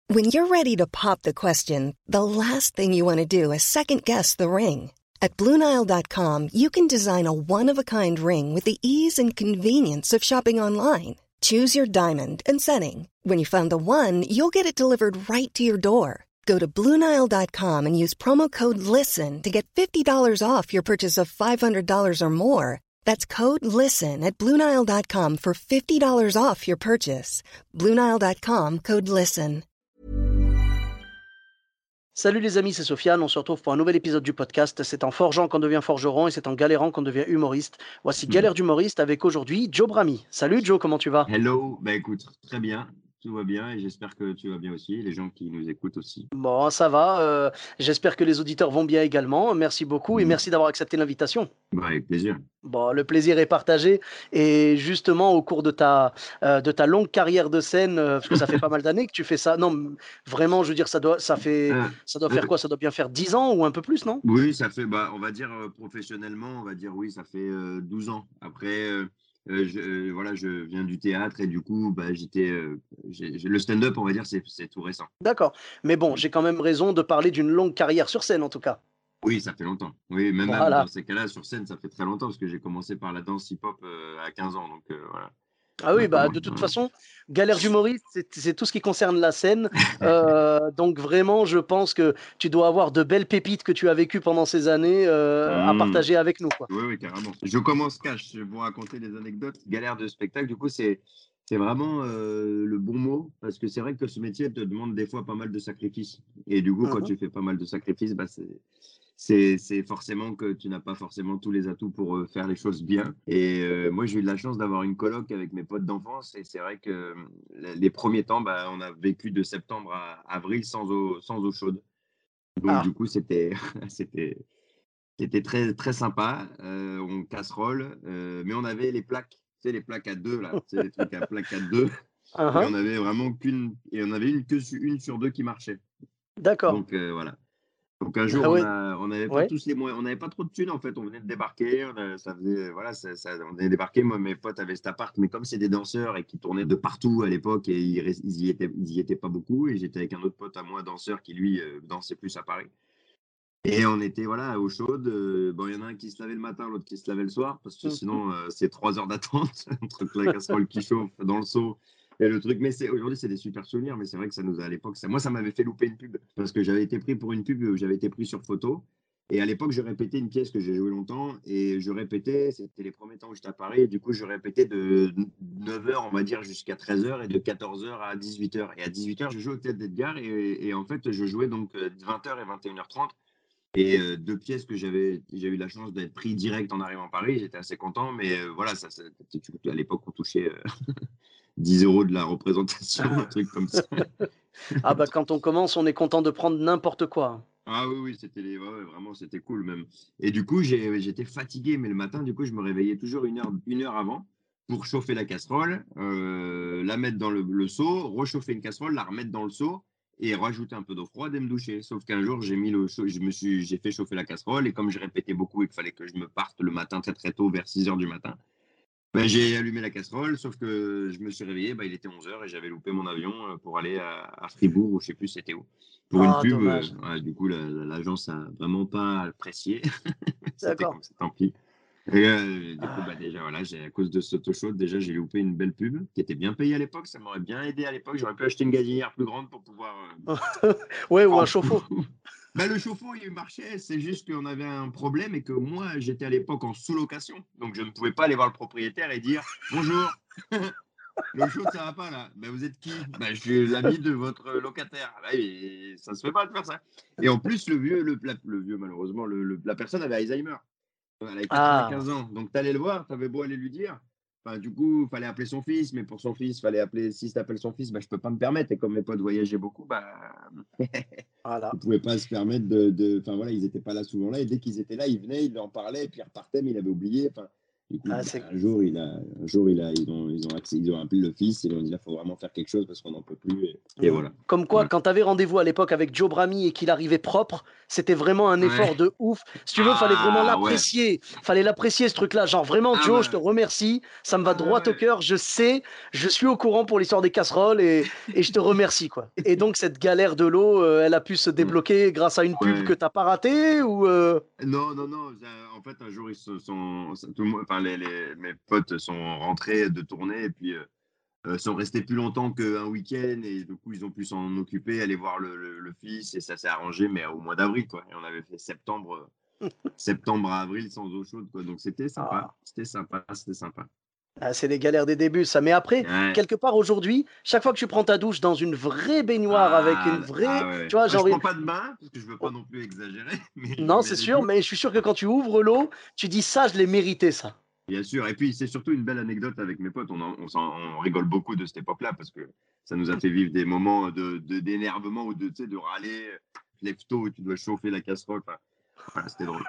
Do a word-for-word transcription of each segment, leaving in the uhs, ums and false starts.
When you're ready to pop the question, the last thing you want to do is second-guess the ring. At Blue Nile dot com, you can design a one-of-a-kind ring with the ease and convenience of shopping online. Choose your diamond and setting. When you find the one, you'll get it delivered right to your door. Go to Blue Nile dot com and use promo code LISTEN to get fifty dollars off your purchase of five hundred dollars or more. That's code LISTEN at Blue Nile dot com for fifty dollars off your purchase. Blue Nile dot com, code LISTEN. Salut les amis, c'est Sofiane, on se retrouve pour un nouvel épisode du podcast. C'est en forgeant qu'on devient forgeron et c'est en galérant qu'on devient humoriste. Voici Galère d'humoriste avec aujourd'hui Joe Bramy. Salut Joe, comment tu vas? Hello, bah écoute, très bien, tout va bien et j'espère que tu vas bien aussi, les gens qui nous écoutent aussi. Bon, ça va, euh, j'espère que les auditeurs vont bien également. Merci beaucoup et Mm. merci d'avoir accepté l'invitation. Bah, avec plaisir. Bon, le plaisir est partagé et justement au cours de ta, euh, de ta longue carrière de scène, euh, parce que ça fait pas mal d'années que tu fais ça. Non, m- vraiment, je veux dire, ça doit, ça fait, Ah, ça doit euh, faire quoi? Ça doit bien faire dix ans ou un peu plus, non? oui, ça fait, bah, on va dire euh, professionnellement, on va dire oui, ça fait euh, douze ans. Après, euh, euh, je, euh, voilà, je viens du théâtre et du coup, bah, j'étais, euh, j'ai, j'ai- le stand-up, on va dire, c'est, c'est tout récent. D'accord. Mais bon, Mm. j'ai quand même raison de parler d'une longue carrière sur scène en tout cas. Oui, ça fait longtemps. Oui, même, même Voilà. dans ces cas-là, sur scène, ça fait très longtemps parce que j'ai commencé par la danse hip-hop euh, à quinze ans. Donc euh, voilà, Ah on oui, a bah commencé. de toute Voilà. façon, galère d'humoriste, c'est c'est tout ce qui concerne la scène. Euh, donc vraiment, je pense que tu dois avoir de belles pépites que tu as vécues pendant ces années euh, à Mm. partager avec nous, quoi. Oui, oui, carrément. Je commence cash. Je vais vous raconter des anecdotes. Galère de spectacle, du coup, c'est, c'est vraiment euh, le bon mot parce que c'est vrai que ce métier te demande des fois pas mal de sacrifices. Et du coup, quand Mhm. tu fais pas mal de sacrifices, bah, c'est, c'est, c'est forcément que tu n'as pas forcément tous les atouts pour euh, faire les choses bien. Et euh, moi, j'ai eu de la chance d'avoir une coloc avec mes potes d'enfance. Et c'est vrai que euh, les premiers temps, bah, on a vécu de septembre à avril sans eau, sans eau chaude. Donc, Ah, du coup, c'était, c'était, c'était très, très sympa. Euh, on casserole, euh, mais on avait les plaques, tu sais, les plaques à deux, là, tu sais, les trucs à plaques à deux. Et uhum. on avait vraiment qu'une, et on avait une que su- une sur deux qui marchait. D'accord. Donc, euh, voilà. Donc, un jour, Ah on ouais, a, on n'avait pas ouais. tous les moyens, on n'avait pas trop de thunes, en fait. On venait de débarquer, on a- ça faisait, voilà, ça, ça- on venait de débarquer. Moi, mes potes avaient cet appart, mais comme c'est des danseurs et qui tournaient de partout à l'époque, et ils, res- ils y étaient, ils y étaient pas beaucoup, et j'étais avec un autre pote à moi, danseur, qui lui, euh, dansait plus à Paris. Et on était voilà, au chaud. euh, bon, il y en a un qui se lavait le matin, l'autre qui se lavait le soir, parce que Mhm. sinon, euh, c'est trois heures d'attente entre la casserole qui chauffe dans le seau et le truc. Mais c'est, aujourd'hui, c'est des super souvenirs, mais c'est vrai que ça nous a, à l'époque, ça, moi, ça m'avait fait louper une pub, parce que j'avais été pris pour une pub, où j'avais été pris sur photo. Et à l'époque, je répétais une pièce que j'ai jouée longtemps, et je répétais, c'était les premiers temps où j'étais à Paris, et du coup, je répétais de neuf heures, on va dire, jusqu'à treize heures, et de quatorze heures à dix-huit heures. Et à dix-huit heures, je jouais au Théâtre d'Edgar, et, et en fait, je jouais donc euh, vingt heures et vingt et une heures trente. Et euh, deux pièces que j'avais, j'ai eu la chance d'être pris direct en arrivant à Paris. J'étais assez content, mais euh, voilà, ça, ça- tu- à l'époque, on touchait euh, dix euros de la représentation, un truc comme ça. Ah bah quand on commence, on est content de prendre n'importe quoi. Ah oui, oui, c'était les, ouais, ouais, vraiment, c'était cool même. Et du coup, j'ai, j'étais fatigué, mais le matin, du coup, je me réveillais toujours une heure, une heure avant pour chauffer la casserole, euh, la mettre dans le, le seau, rechauffer une casserole, la remettre dans le seau et rajouter un peu d'eau froide et me doucher. Sauf qu'un jour, j'ai mis le, chau- je me suis, j'ai fait chauffer la casserole et comme je répétais beaucoup et qu'il fallait que je me parte le matin très très tôt, vers six heures du matin, ben, j'ai allumé la casserole, sauf que je me suis réveillé, ben, il était onze heures et j'avais loupé mon avion euh, pour aller à, à Fribourg ou je sais plus c'était où. Pour une Ah, pub, euh, dommage. ouais, du coup, la- la- l'agence a vraiment pas apprécié. C'était D'accord. comme ça, tant pis. Et euh, du coup, bah, Ah. déjà, voilà, j'ai, à cause de cette eau chaude, déjà, j'ai loupé une belle pub qui était bien payée à l'époque. Ça m'aurait bien aidé à l'époque. J'aurais pu acheter une gazinière plus grande pour pouvoir. Ouais, ou euh, un chauffe-eau. bah, le chauffe-eau, il marchait. C'est juste qu'on avait un problème et que moi, j'étais à l'époque en sous-location. Donc, je ne pouvais pas aller voir le propriétaire et dire bonjour. L'eau chaude, ça va pas là. Ben, vous êtes qui? Ben, je suis l'ami de votre locataire. Ah, ben, et ça se fait pas de faire ça. Et en plus, le vieux, le, la- le vieux malheureusement, le- le- la personne avait Alzheimer. Elle avait Ah, quatre-vingt-quinze ans. Donc, tu allais le voir, tu avais beau aller lui dire. Enfin, du coup, il fallait appeler son fils, mais pour son fils, il fallait appeler. Si tu appelles son fils, ben, je peux pas me permettre. Et comme mes potes voyageaient beaucoup, ben, ils voilà. ne pouvaient pas se permettre de. de- Enfin, voilà, ils n'étaient pas là souvent là. Et dès qu'ils étaient là, ils venaient, ils lui en parlaient, et puis ils repartaient, mais il avait oublié. Enfin, Du coup, Ah, bah, c'est un jour, il a, un jour il a, ils, ont, ils, ont accès, ils ont appelé le fils et ils ont dit là, il faut vraiment faire quelque chose parce qu'on n'en peut plus. Et, et Mmh. voilà. Comme quoi, Voilà. quand tu avais rendez-vous à l'époque avec Joe Bramy et qu'il arrivait propre, c'était vraiment un Ouais. effort de ouf. Si tu veux, fallait vraiment Ah ouais. l'apprécier. Fallait l'apprécier ce truc-là. Genre vraiment, Ah Joe, je te bah. remercie. Ça me va Ah droit au ouais. cœur. Je sais, je suis au courant pour l'histoire des casseroles et, et je te remercie, quoi. Et donc cette galère de l'eau, euh, elle a pu se Mm. débloquer grâce à une pub que Ouais. t'as pas ratée ou euh, Non, non, non. j'ai- En fait, un jour, ils se sont, tout le monde, enfin, les, les- mes potes sont rentrés de tournée et puis euh, euh, sont restés plus longtemps qu'un week-end et du coup, ils ont pu s'en occuper, aller voir le, le- le fils et ça s'est arrangé, mais au mois d'avril, quoi. Et on avait fait septembre, septembre à avril sans eau chaude, quoi. Donc c'était sympa, ah, c'était sympa, c'était sympa. ah, c'est les galères des débuts, ça. Mais après, Ouais. quelque part aujourd'hui, chaque fois que tu prends ta douche dans une vraie baignoire avec une Ah, ah vraie, ouais, ouais. tu vois, Ah, je genre prends pas de bain parce que je veux pas oh, non plus exagérer, mais, non, mais c'est les sûr, douches. mais je suis sûr que quand tu ouvres l'eau, tu dis ça, je l'ai mérité, ça. Bien sûr. Et puis, c'est surtout une belle anecdote avec mes potes. On, en- on, s'en- on rigole beaucoup de cette époque-là parce que ça nous a fait vivre des moments de, de- d'énervement ou de, tu sais, de râler. Lève tôt, tu dois chauffer la casserole. Enfin, voilà, c'était drôle.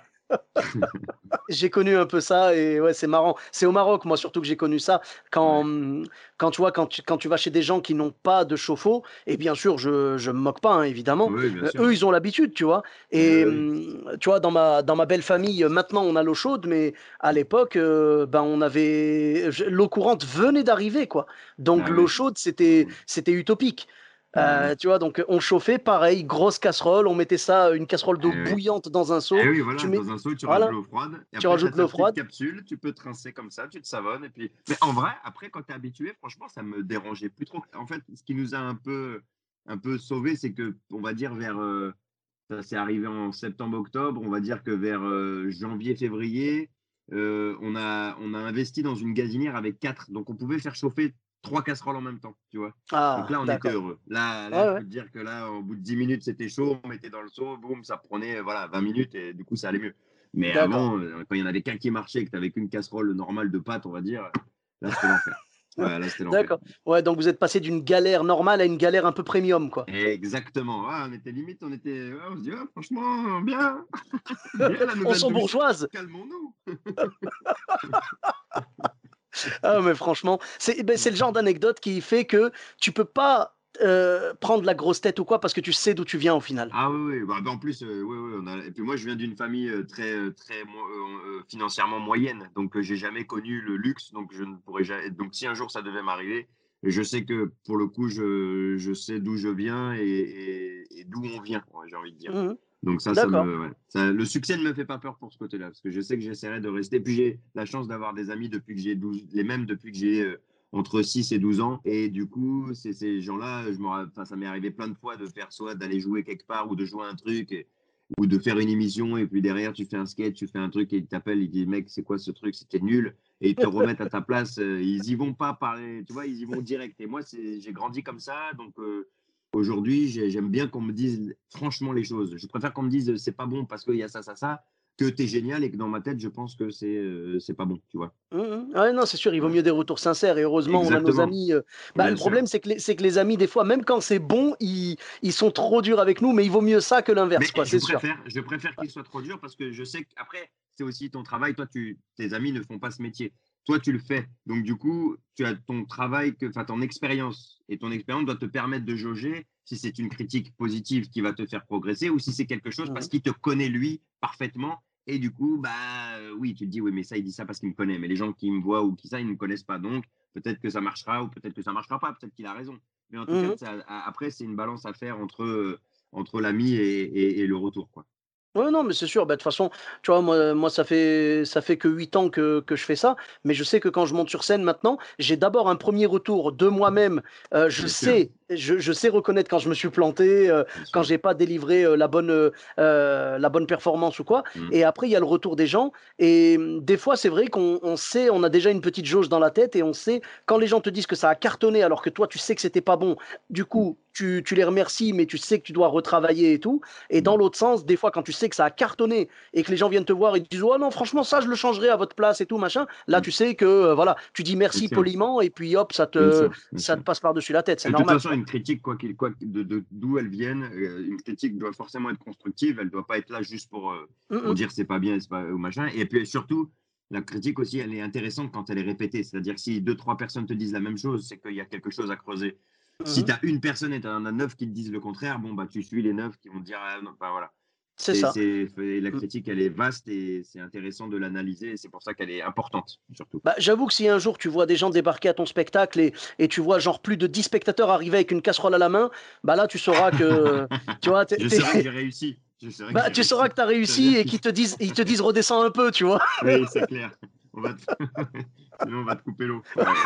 J'ai connu un peu ça et ouais, c'est marrant. C'est au Maroc, moi, surtout que j'ai connu ça. Quand, Ouais. hum, quand tu vois, quand tu, quand tu vas chez des gens qui n'ont pas de chauffe-eau, et bien sûr, je, je me moque pas, hein, évidemment, Oui, bien euh, sûr. eux, ils ont l'habitude, tu vois. Eh Et oui. hum, tu vois, dans ma, dans ma belle famille, euh, maintenant, on a l'eau chaude, mais à l'époque, euh, ben, on avait, je- l'eau courante venait d'arriver, quoi. Donc, Ah l'eau ouais. chaude, c'était, c'était utopique. Ah ouais. Euh, tu vois, donc on chauffait pareil, grosse casserole, on mettait ça, une casserole d'eau Eh oui. bouillante dans un Eh seau, oui, tu voilà, mets, dans un seau, tu rajoutes de voilà, l'eau froide, et tu après, tu as rajoutes ta l'eau petite froide. capsule, tu peux te rincer comme ça, tu te savonnes, et puis... Mais en vrai, après, quand tu es habitué, franchement, ça me dérangeait plus trop. En fait, ce qui nous a un peu, un peu sauvés, c'est que, on va dire, vers... euh, ça s'est arrivé en septembre-octobre, on va dire que vers euh, janvier-février, euh, on a, on a investi dans une gazinière avec quatre, donc on pouvait faire chauffer trois casseroles en même temps, tu vois. Donc Ah, là, on était d'accord. heureux. Là, là, Ouais, je ouais, peux te dire que là, au bout de dix minutes, c'était chaud. On mettait dans le seau, boum, ça prenait euh, voilà, vingt minutes et du coup, ça allait mieux. Mais d'accord. avant, euh, quand il y en avait qu'un qui marchait et que tu n'avais qu'une casserole normale de pâtes, on va dire, là, c'était l'enfer. Ouais, là, c'était l'enfer. D'accord. Ouais, donc vous êtes passé d'une galère normale à une galère un peu premium, quoi. Exactement. Ouais, on était limite, on était, ouais, on se dit, ouais, franchement, bien, bien la On nouvelle s'en douche. bourgeoise. Calmons-nous. Ah, mais franchement, c'est ben, c'est le genre d'anecdote qui fait que tu peux pas euh, prendre la grosse tête ou quoi parce que tu sais d'où tu viens au final. Ah oui, oui. Bah, bah, en plus, euh, oui, oui, on a... Et puis moi, je viens d'une famille euh, très, euh, très mo- euh, euh, financièrement moyenne, donc euh, j'ai jamais connu le luxe, donc je ne pourrais jamais. Donc si un jour ça devait m'arriver, je sais que pour le coup, je, je sais d'où je viens et, et- et d'où on vient, ouais, j'ai envie de dire. Mhm. Donc ça, ça D'accord. me, ouais. Ça- le succès ne me fait pas peur pour ce côté-là, parce que je sais que j'essaierai de rester. Puis j'ai la chance d'avoir des amis depuis que j'ai douze, les mêmes depuis que j'ai euh, entre six et douze ans. Et du coup, c'est ces gens-là, je me, ra- enfin, ça m'est arrivé plein de fois de faire soit d'aller jouer quelque part ou de jouer un truc et- ou de faire une émission. Et puis derrière, tu fais un sketch, tu fais un truc et ils t'appellent, ils disent, mec, c'est quoi ce truc? C'était nul. Et ils te remettent à ta place. euh, Ils y vont pas parler, tu vois, ils y vont direct. Et moi, c'est, j'ai grandi comme ça. Donc, euh, aujourd'hui, j'ai- j'aime bien qu'on me dise franchement les choses. Je préfère qu'on me dise c'est pas bon parce qu'il y a ça, ça, ça, que t'es génial et que dans ma tête, je pense que c'est euh, c'est pas bon, tu vois. Mhm. Ouais, non, c'est sûr, il vaut Ouais. mieux des retours sincères et heureusement, on a nos Exactement, amis. euh, Bah, bien le sûr. problème, c'est que les, c'est que les amis, des fois, même quand c'est bon, ils, ils sont trop durs avec nous, mais il vaut mieux ça que l'inverse, Mais quoi, je c'est sûr. préfère, je préfère qu'il soit trop dur parce que je sais qu'après, c'est aussi ton travail. Toi, tu, tes amis ne font pas ce métier. Toi, tu le fais. Donc, du coup, tu as ton travail, que, enfin, ton expérience. Et ton expérience doit te permettre de jauger si c'est une critique positive qui va te faire progresser ou si c'est quelque chose parce Mhm. qu'il te connaît lui parfaitement. Et du coup, bah euh, oui, tu te dis, oui, mais ça, il dit ça parce qu'il me connaît. Mais les gens qui me voient ou qui ça, ils ne me connaissent pas. Donc, peut-être que ça marchera ou peut-être que ça marchera pas. Peut-être qu'il a raison. Mais en tout cas, Mhm. ça, après, c'est une balance à faire entre. euh, entre l'ami et, et- et le retour, quoi. Ouais, non, mais c'est sûr. Bah, de toute façon, tu vois, moi, moi ça fait, ça fait que huit ans que, que je fais ça. Mais je sais que quand je monte sur scène maintenant, j'ai d'abord un premier retour de moi-même. Euh, je Bien sûr, sais, je, je sais reconnaître quand je me suis planté, euh, bien quand sûr. j'ai pas délivré euh, la bonne, euh, euh, la bonne performance ou quoi. Mm. Et après, il y a le retour des gens. Et hum, des fois, c'est vrai qu'on on sait, on a déjà une petite jauge dans la tête et on sait quand les gens te disent que ça a cartonné alors que toi, tu sais que c'était pas bon. Du coup, tu, tu les remercies, mais tu sais que tu dois retravailler et tout. Et dans Mm. l'autre sens, des fois, quand tu sais que ça a cartonné et que les gens viennent te voir et te disent oh non, franchement, ça, je le changerai à votre place et tout, machin, là, Mm. tu sais que euh, voilà, tu dis Bien merci sûr, poliment et puis hop, ça bien te, sûr, bien ça sûr. te passe par-dessus la tête. C'est Et de toute normal, façon, quoi. une critique, quoi qu'il, quoi, de, de- d'où elle vienne, euh, une critique doit forcément être constructive. Elle ne doit pas être là juste pour, euh, Mm, pour mm. dire c'est pas bien, c'est pas, ou machin. Et puis surtout, la critique aussi, elle est intéressante quand elle est répétée. C'est-à-dire que si deux, trois personnes te disent la même chose, c'est qu'il y a quelque chose à creuser. Si tu Mhm. as une personne et tu en as neuf qui te disent le contraire, bon, bah, tu suis les neuf qui vont te dire, ah, non, enfin, voilà. C'est C'est, ça. c'est, la Mm. critique, elle est vaste et c'est intéressant de l'analyser. Et c'est pour ça qu'elle est importante, surtout. Bah, j'avoue que si un jour tu vois des gens débarquer à ton spectacle et, et tu vois genre plus de dix spectateurs arriver avec une casserole à la main, bah là tu sauras que tu vois, t'es- Je t'es- saurais que j'ai réussi. Je saurais que bah, j'ai tu sauras réussi. que tu as Ça veut dire réussi et que... qu'ils te disent ils te disent redescends un peu, tu vois. Oui, c'est clair. On va te... Sinon, on va te couper l'eau. Ouais.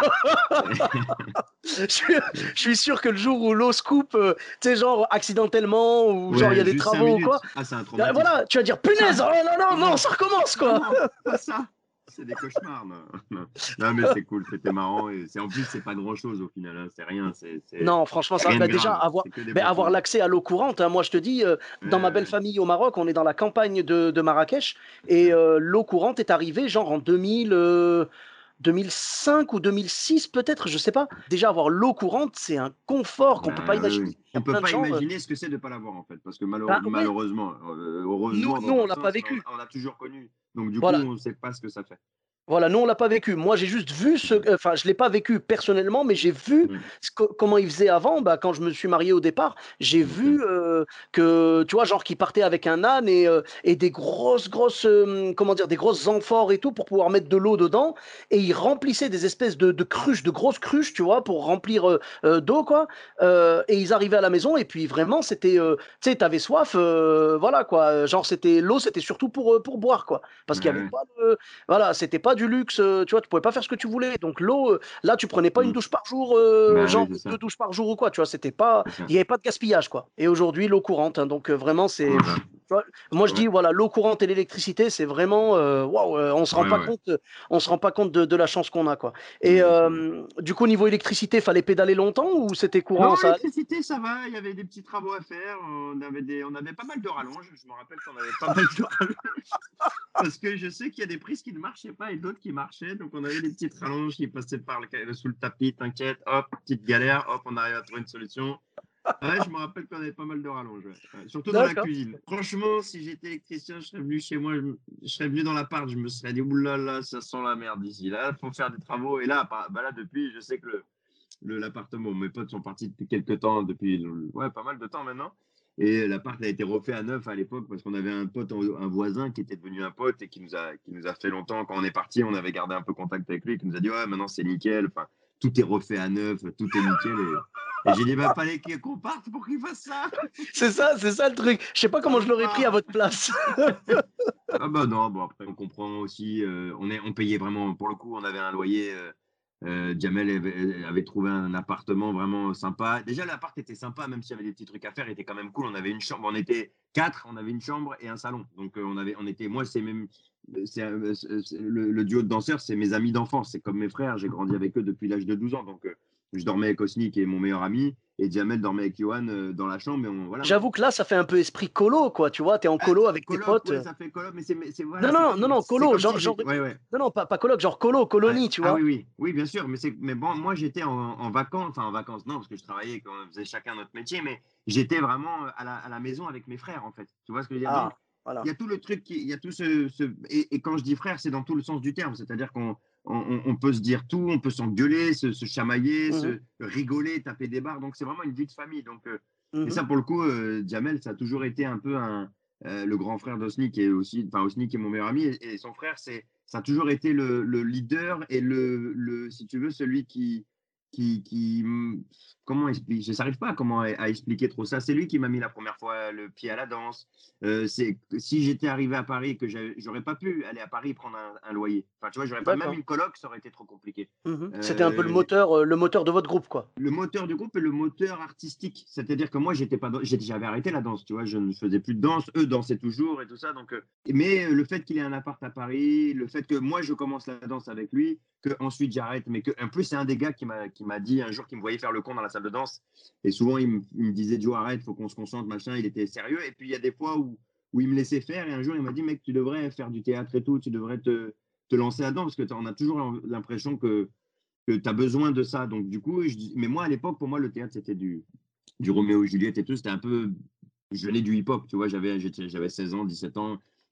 Je suis, je suis sûr que le jour où l'eau se coupe, euh, tu sais, genre accidentellement, ou genre il y a Ouais, des juste cinq travaux ou quoi, minutes. Ah, c'est un euh, traumatisme. voilà, tu vas dire punaise, oh non, non, non, Non, ça recommence quoi. non, pas ça. C'est des cauchemars. Non, non. Non, mais c'est cool, c'était marrant. Et c'est, en plus, c'est pas grand-chose au final. Hein. C'est rien, c'est, c'est Non, franchement, ça, rien de bah, déjà, grave. avoir, C'est que des bah, bons avoir souvenirs. l'accès à l'eau courante, hein, moi je te dis, euh, Ouais, dans ma belle ouais, famille au Maroc, on est dans la campagne de, de Marrakech, et ouais. euh, l'eau courante est arrivée genre en deux mille, euh, deux mille cinq ou deux mille six peut-être, je sais pas. Déjà, avoir l'eau courante, c'est un confort qu'on peut pas Bah, oui, imaginer. oui. Il y a On peut plein de pas gens. euh, imaginer ce que c'est de ne pas l'avoir en fait, parce que bah malheure- ouais, malheureusement, euh, nous, heureusement nous dans on un l'a pas sens, mais vécu. on, on a toujours connu. Donc du coup, Voilà. on ne sait pas ce que ça fait. Voilà, nous on l'a pas vécu. Moi j'ai juste vu ce, Mm. enfin je l'ai pas vécu personnellement, mais j'ai vu Mm. ce que- comment ils faisaient avant. Bah, quand je me suis marié au départ, j'ai Ok. vu euh, que tu vois genre qu'ils partaient avec un âne et, euh, et des grosses grosses euh, comment dire des grosses amphores et tout pour pouvoir mettre de l'eau dedans et ils remplissaient des espèces de, de cruches, de grosses cruches, tu vois, pour remplir euh, euh, d'eau quoi. Euh, et ils arrivaient à la maison et puis vraiment c'était, euh, tu sais, t'avais soif, euh, voilà quoi. Genre c'était l'eau, c'était surtout pour euh, pour boire quoi, parce Ouais, qu'il y avait ouais. pas de voilà, c'était pas du luxe, euh, tu vois, tu pouvais pas faire ce que tu voulais. Donc l'eau, euh, là, tu prenais pas une Mm. douche par jour, euh, Bah oui, genre c'est deux ça. douches par jour ou quoi, tu vois, c'était pas, C'est ça. il y avait pas de gaspillage, quoi. Et aujourd'hui, l'eau courante, hein, donc euh, vraiment, c'est, pff, Voilà. tu vois, moi je Ouais, dis, voilà, l'eau courante et l'électricité, c'est vraiment, euh, waouh, euh, on se rend ouais, pas ouais. compte, on se rend pas compte de, de la chance qu'on a, quoi. Et Ouais, c'est vrai. euh, du coup, niveau électricité, fallait pédaler longtemps ou c'était Non, courant, ça allait? l'électricité, ça va. Il y avait des petits travaux à faire. On avait des, on avait pas mal de rallonges. Je me rappelle qu'on avait pas mal de rallonges. Parce que je sais qu'il y a des prises qui ne marchaient pas et d'autres qui marchaient. Donc, on avait des petites rallonges qui passaient par le, sous le tapis. T'inquiète, hop, petite galère, hop, on arrive à trouver une solution. Ouais, je me rappelle qu'on avait pas mal de rallonges. Ouais. Ouais, surtout dans la D'accord. cuisine. Franchement, si j'étais électricien, je serais venu chez moi, je, me- je serais venu dans l'appart, je me serais dit, oulala, ça sent la merde ici. Là, il faut faire des travaux. Et là, bah, là, depuis, je sais que le, le- l'appartement, mes potes sont partis depuis quelques temps, depuis le- ouais, pas mal de temps maintenant. Et l'appart a été refait à neuf à l'époque parce qu'on avait un pote, un voisin qui était devenu un pote et qui nous a, qui nous a fait longtemps. Quand on est parti, on avait gardé un peu contact avec lui, qui nous a dit, ouais, maintenant c'est nickel. Enfin, tout est refait à neuf, tout est nickel. Et, et j'ai dit, bah, fallait qu'on parte pour qu'il fasse ça. C'est ça, c'est ça le truc. Je sais pas Ça comment je va l'aurais pris à pas. votre place. Ah bah non, bon après on comprend aussi, euh, on, est, on payait vraiment, pour le coup, on avait un loyer, euh, euh, Jamel avait, avait trouvé un appartement vraiment sympa. Déjà l'appart était sympa, même s'il y avait des petits trucs à faire, il était quand même cool. On avait une chambre, on était quatre, on avait une chambre et un salon. Donc euh, on avait, on était, moi c'est même, c'est, euh, c'est- c'est- le, le duo de danseurs, c'est mes amis d'enfance, c'est comme mes frères, j'ai grandi avec eux depuis l'âge de douze ans. Donc euh, je dormais avec Osni qui est mon meilleur ami et Jamel dormait avec Johan euh, dans la chambre et on, voilà. J'avoue que là, ça fait un peu esprit colo, quoi. Tu vois, t'es en Ah, colo avec tes coloc, potes. ouais, ça fait coloc, mais c'est, mais c'est Non, voilà, c'est non, non, comme, non, c'est colo, comme genre, si genre, j'étais, ouais, ouais. non, non, pas, pas coloc, genre colo, Ouais. colonie, tu Ah vois. oui, oui, oui, bien sûr, mais c'est, mais bon, moi j'étais en, en vacances, enfin en vacances, non, parce que je travaillais, quand on faisait chacun notre métier, mais j'étais vraiment à la, à la maison avec mes frères, en fait. Tu vois ce que je veux dire? Ah, Donc, il voilà. y a tout le truc, qui, il y a tout ce, ce et, et quand je dis frère, c'est dans tout le sens du terme, c'est-à-dire qu'on on, on peut se dire tout, on peut s'engueuler, se, se chamailler, Mhm, se rigoler, taper des barres, donc c'est vraiment une vie de famille. Donc, euh, et mhm. ça, pour le coup, euh, Jamel, ça a toujours été un peu un, euh, le grand frère d'Osni, qui est aussi, enfin Osni qui est mon meilleur ami, et, et son frère, c'est ça a toujours été le, le leader et le, le, si tu veux, celui qui, qui, qui comment expliquer, je n'arrive pas à comment à, à expliquer trop ça. C'est lui qui m'a mis la première fois le pied à la danse. Euh, c'est si j'étais arrivé à Paris que j'aurais pas pu aller à Paris prendre un, un loyer. Enfin, tu vois, j'aurais pas même D'accord. une coloc, ça aurait été trop compliqué. Mhm. C'était un peu le Euh, moteur, euh, le moteur de votre groupe, quoi. le moteur du groupe et le moteur artistique. C'est-à-dire que moi, j'étais pas, j'avais arrêté la danse, tu vois, je ne faisais plus de danse, eux dansaient toujours et tout ça. Donc, euh, mais le fait qu'il ait un appart à Paris, le fait que moi je commence la danse avec lui, que ensuite j'arrête, mais que en plus c'est un des gars qui m'a qui m'a dit un jour qu'il me voyait faire le con dans la salle de danse et souvent il me, il me disait Joe arrête, faut qu'on se concentre machin. Il était sérieux et puis il y a des fois où où il me laissait faire et un jour il m'a dit mec tu devrais faire du théâtre et tout, tu devrais te te lancer là-dedans parce que on a toujours l'impression que que tu as besoin de ça. Donc, du coup, je, mais moi, à l'époque, pour moi, le théâtre, c'était du, du Roméo et Juliette et tout. C'était un peu. Je venais du hip-hop, tu vois. J'avais, j'avais seize ans, dix-sept ans.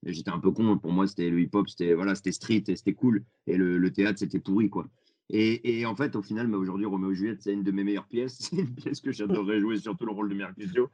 Et j'étais un peu con. Pour moi, c'était le hip-hop, c'était voilà, c'était street et c'était cool. Et le, le théâtre, c'était pourri, quoi. Et, et en fait, au final, bah, aujourd'hui, Roméo et Juliette, c'est une de mes meilleures pièces. C'est une pièce que j'adorerais jouer, surtout le rôle de Mercutio.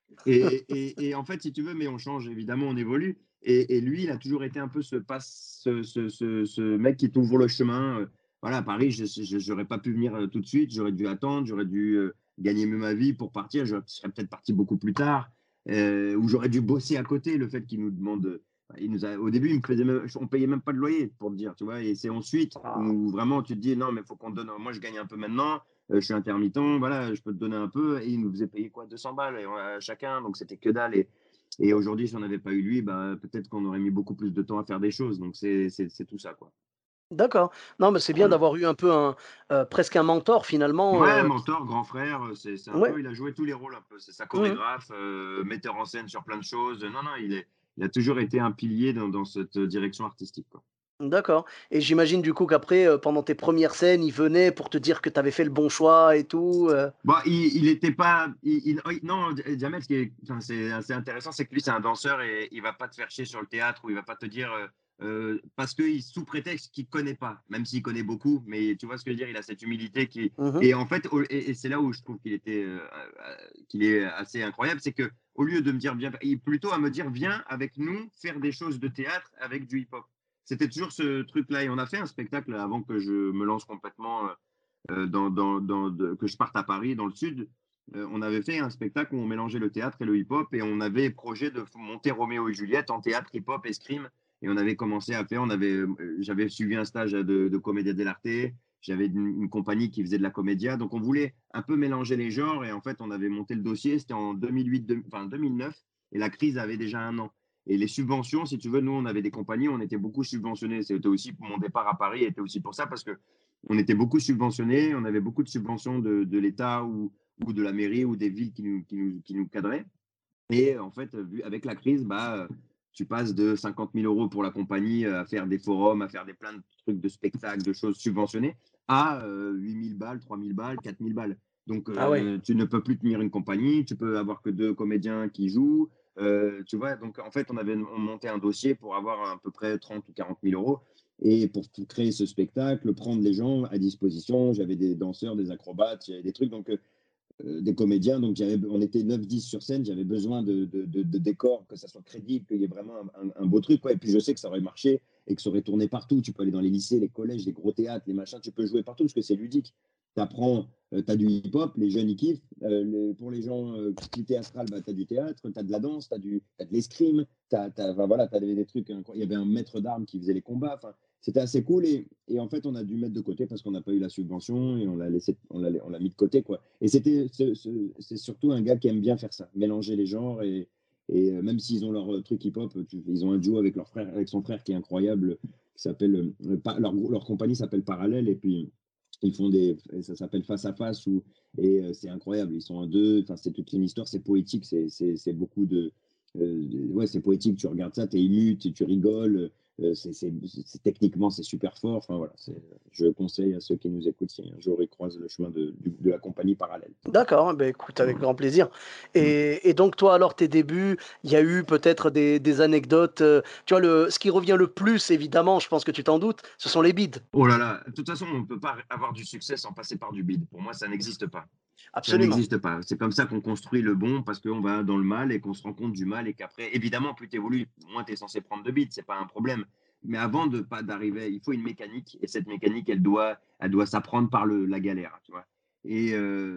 Et, et, et en fait, si tu veux, mais on change, évidemment, on évolue. Et, et lui, il a toujours été un peu ce, passe, ce, ce, ce, ce mec qui t'ouvre le chemin. Euh, Voilà, à Paris, je n'aurais pas pu venir euh, tout de suite. J'aurais dû attendre, j'aurais dû euh, gagner mieux ma vie pour partir. Je serais peut-être parti beaucoup plus tard. Euh, ou j'aurais dû bosser à côté. Le fait qu'il nous demande. euh, Il nous a, au début, il me faisait même, on payait même pas de loyer, pour te dire, tu vois. Et c'est ensuite Ah, où vraiment tu te dis, non, mais il faut qu'on donne. Moi, je gagne un peu maintenant. Euh, je suis intermittent, voilà, je peux te donner un peu. Et il nous faisait payer quoi, deux cents balles et on- à chacun, donc c'était que dalle. Et, et aujourd'hui, si on n'avait pas eu lui, bah, peut-être qu'on aurait mis beaucoup plus de temps à faire des choses. Donc c'est c'est- c'est tout ça, quoi. d'accord. Non, mais c'est bien Voilà. d'avoir eu un peu un, heu, presque un mentor finalement, Ouais, heu, mentor, grand frère, euh, c'est c'est un ouais. peu, il a joué tous les rôles un peu. C'est sa Mmh. chorégraphe, euh, metteur en scène sur plein de choses. Non, non, il est, il a toujours été un pilier dans, dans cette direction artistique, quoi. D'accord, et j'imagine du coup qu'après, heu, pendant tes premières scènes, il venait pour te dire que tu avais fait le bon choix et tout, heu? Bon, il, il était pas, il, il- oui, non, Jamel, ce qui est, enfin, c'est assez intéressant, c'est que lui, c'est un danseur et il va pas te faire chier sur le théâtre ou il va pas te dire, euh, euh, parce que sous prétexte qu'il connaît pas, même s'il connaît beaucoup, mais tu vois ce que je veux dire, il a cette humilité qui, Mmh. et en fait, au- et, et c'est là où je trouve qu'il était, euh, euh, qu'il est assez incroyable, c'est que au lieu de me dire, viens, il plutôt à me dire, viens avec nous faire des choses de théâtre avec du hip-hop. C'était toujours ce truc-là et on a fait un spectacle avant que je me lance complètement. euh, euh, dans, dans, dans, de, que je parte à Paris, dans le sud, euh, on avait fait un spectacle où on mélangeait le théâtre et le hip-hop et on avait projet de monter Roméo et Juliette en théâtre, hip-hop et scream. Et on avait commencé à faire, on avait, euh, j'avais suivi un stage de, de Commedia dell'arte, j'avais une, une, compagnie qui faisait de la comédia, donc on voulait un peu mélanger les genres et en fait on avait monté le dossier, c'était en deux mille huit, deux, enfin deux mille neuf et la crise avait déjà un an. Et les subventions, si tu veux, nous on avait des compagnies, on était beaucoup subventionnés. C'était aussi pour mon départ à Paris, était aussi pour ça parce que on était beaucoup subventionnés, on avait beaucoup de subventions de, de l'État ou, ou de la mairie ou des villes qui nous, qui nous, qui nous cadraient. Et en fait, vu, avec la crise, bah, tu passes de cinquante mille euros pour la compagnie à faire des forums, à faire des plein de trucs de spectacles, de choses subventionnées, à euh, huit mille balles, trois mille balles, quatre mille balles. Donc, Ah ouais. euh, tu ne peux plus tenir une compagnie, tu peux avoir que deux comédiens qui jouent. Euh, tu vois, donc en fait, on avait on monté un dossier pour avoir à peu près trente ou quarante mille euros. Et pour créer ce spectacle, prendre les gens à disposition, j'avais des danseurs, des acrobates, j'avais des trucs. Donc, euh, des comédiens. Donc, on était neuf dix sur scène. J'avais besoin de, de, de, de décors, que ça soit crédible, qu'il y ait vraiment un, un, un beau truc. Quoi. Et puis, je sais que ça aurait marché et que ça aurait tourné partout. Tu peux aller dans les lycées, les collèges, les gros théâtres, les machins. Tu peux jouer partout parce que c'est ludique. Tu apprends, euh, tu as du hip-hop, les jeunes y kiffent. Euh, les, pour les gens euh, qui théâtral, bah, tu as du théâtre, tu as de la danse, tu as, as de l'escrime, tu as, enfin, voilà, des, des trucs. Il y avait un maître d'armes qui faisait les combats. Enfin, c'était assez cool et, et, en fait on a dû mettre de côté parce qu'on n'a pas eu la subvention et on l'a laissé on l'a, on l'a mis de côté quoi. Et c'était ce, ce, c'est surtout un gars qui aime bien faire ça, mélanger les genres et, et euh, même s'ils ont leur truc hip hop, ils ont un duo avec leur frère, avec son frère qui est incroyable, qui s'appelle euh, leur, leur compagnie s'appelle Parallèle et puis ils font des ça s'appelle Face à Face ou et euh, c'est incroyable, ils sont un deux, enfin c'est toute une histoire, c'est poétique, c'est, c'est, c'est beaucoup de euh, ouais c'est poétique, tu regardes ça, t'es ému, tu, tu rigoles. Euh, c'est, c'est, c'est, techniquement, c'est super fort. Enfin, voilà, c'est, je conseille à ceux qui nous écoutent si un jour ils croisent le chemin de, de, de la compagnie Parallèle. D'accord, eh beh, écoute, avec Voilà. grand plaisir, Mm. et et donc toi alors tes débuts, il y a eu peut-être des des anecdotes, heu, tu vois le ce qui revient le plus évidemment, je pense que tu t'en doutes, ce sont les bides. Oh là là, de toute façon, on ne peut pas avoir du succès sans passer par du bide. Pour moi, ça n'existe pas. Ça Absolument. n'existe pas. C'est comme ça qu'on construit le bon parce qu'on va dans le mal et qu'on se rend compte du mal et qu'après, évidemment, plus tu évolues, moins tu es censé prendre de bides, c'est pas un problème. Mais avant de pas d'arriver, il faut une mécanique et cette mécanique, elle doit, elle doit s'apprendre par le, la galère, tu vois. Et,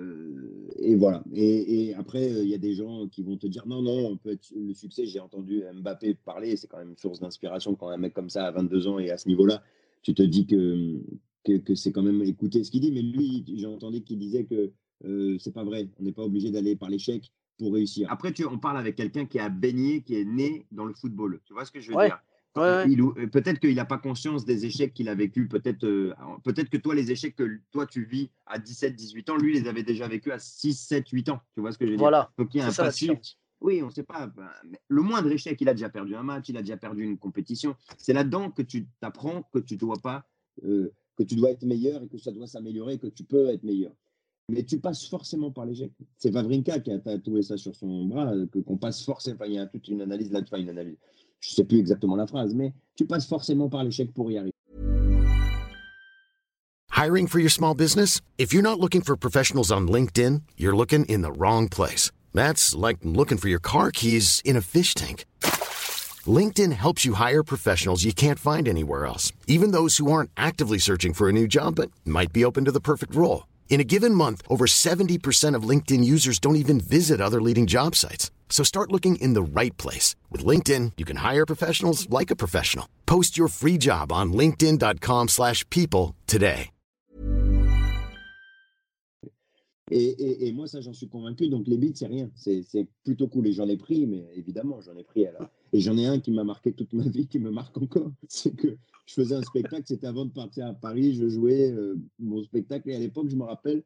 euh, et voilà. Et, et après, il y a des gens qui vont te dire non, non, on peut être, le succès. J'ai entendu Mbappé parler, c'est quand même une source d'inspiration quand un mec comme ça à vingt-deux ans et à ce niveau-là, tu te dis que, que, que c'est quand même écouter ce qu'il dit. Mais lui, j'ai entendu qu'il disait que euh, c'est pas vrai. On n'est pas obligé d'aller par l'échec pour réussir. Après, tu, on parle avec quelqu'un qui a baigné, qui est né dans le football. Tu vois ce que je veux Ouais. dire? Ouais, ouais. Il, peut-être qu'il n'a pas conscience des échecs qu'il a vécu. Peut-être euh, peut-être que toi, les échecs que toi, tu vis à dix-sept, dix-huit ans, lui, les avait déjà vécus à six, sept, huit ans. Tu vois ce que je veux dire? Voilà, Donc, il y a c'est un ça la passif. différence. Oui, on ne sait pas. Ben, le moindre échec, il a déjà perdu un match, il a déjà perdu une compétition. C'est là-dedans que tu t'apprends que tu dois pas, euh, que tu dois être meilleur et que ça doit s'améliorer, que tu peux être meilleur. Mais tu passes forcément par l'échec. C'est Wawrinka qui a tatoué ça sur son bras, que, qu'on passe forcément. Enfin, il y a toute une analyse là-dessus, une analyse, je ne sais plus exactement la phrase, mais tu passes forcément par l'échec pour y arriver. Hiring for your small business? If you're not looking for professionals on LinkedIn, you're looking in the wrong place. That's like looking for your car keys in a fish tank. LinkedIn helps you hire professionals you can't find anywhere else, even those who aren't actively searching for a new job but might be open to the perfect role. In a given month, over seventy percent of LinkedIn users don't even visit other leading job sites. So start looking in the right place. With LinkedIn, you can hire professionals like a professional. Post your free job on linkedin.com slash people today. Et, et, et moi, ça, j'en suis convaincu. Donc, les beats, c'est rien. C'est, c'est plutôt cool. Et j'en ai pris, mais évidemment, j'en ai pris. Alors. Et j'en ai un qui m'a marqué toute ma vie, qui me marque encore. C'est que je faisais un spectacle, c'était avant de partir à Paris. Je jouais euh, mon spectacle. Et à l'époque, je me rappelle,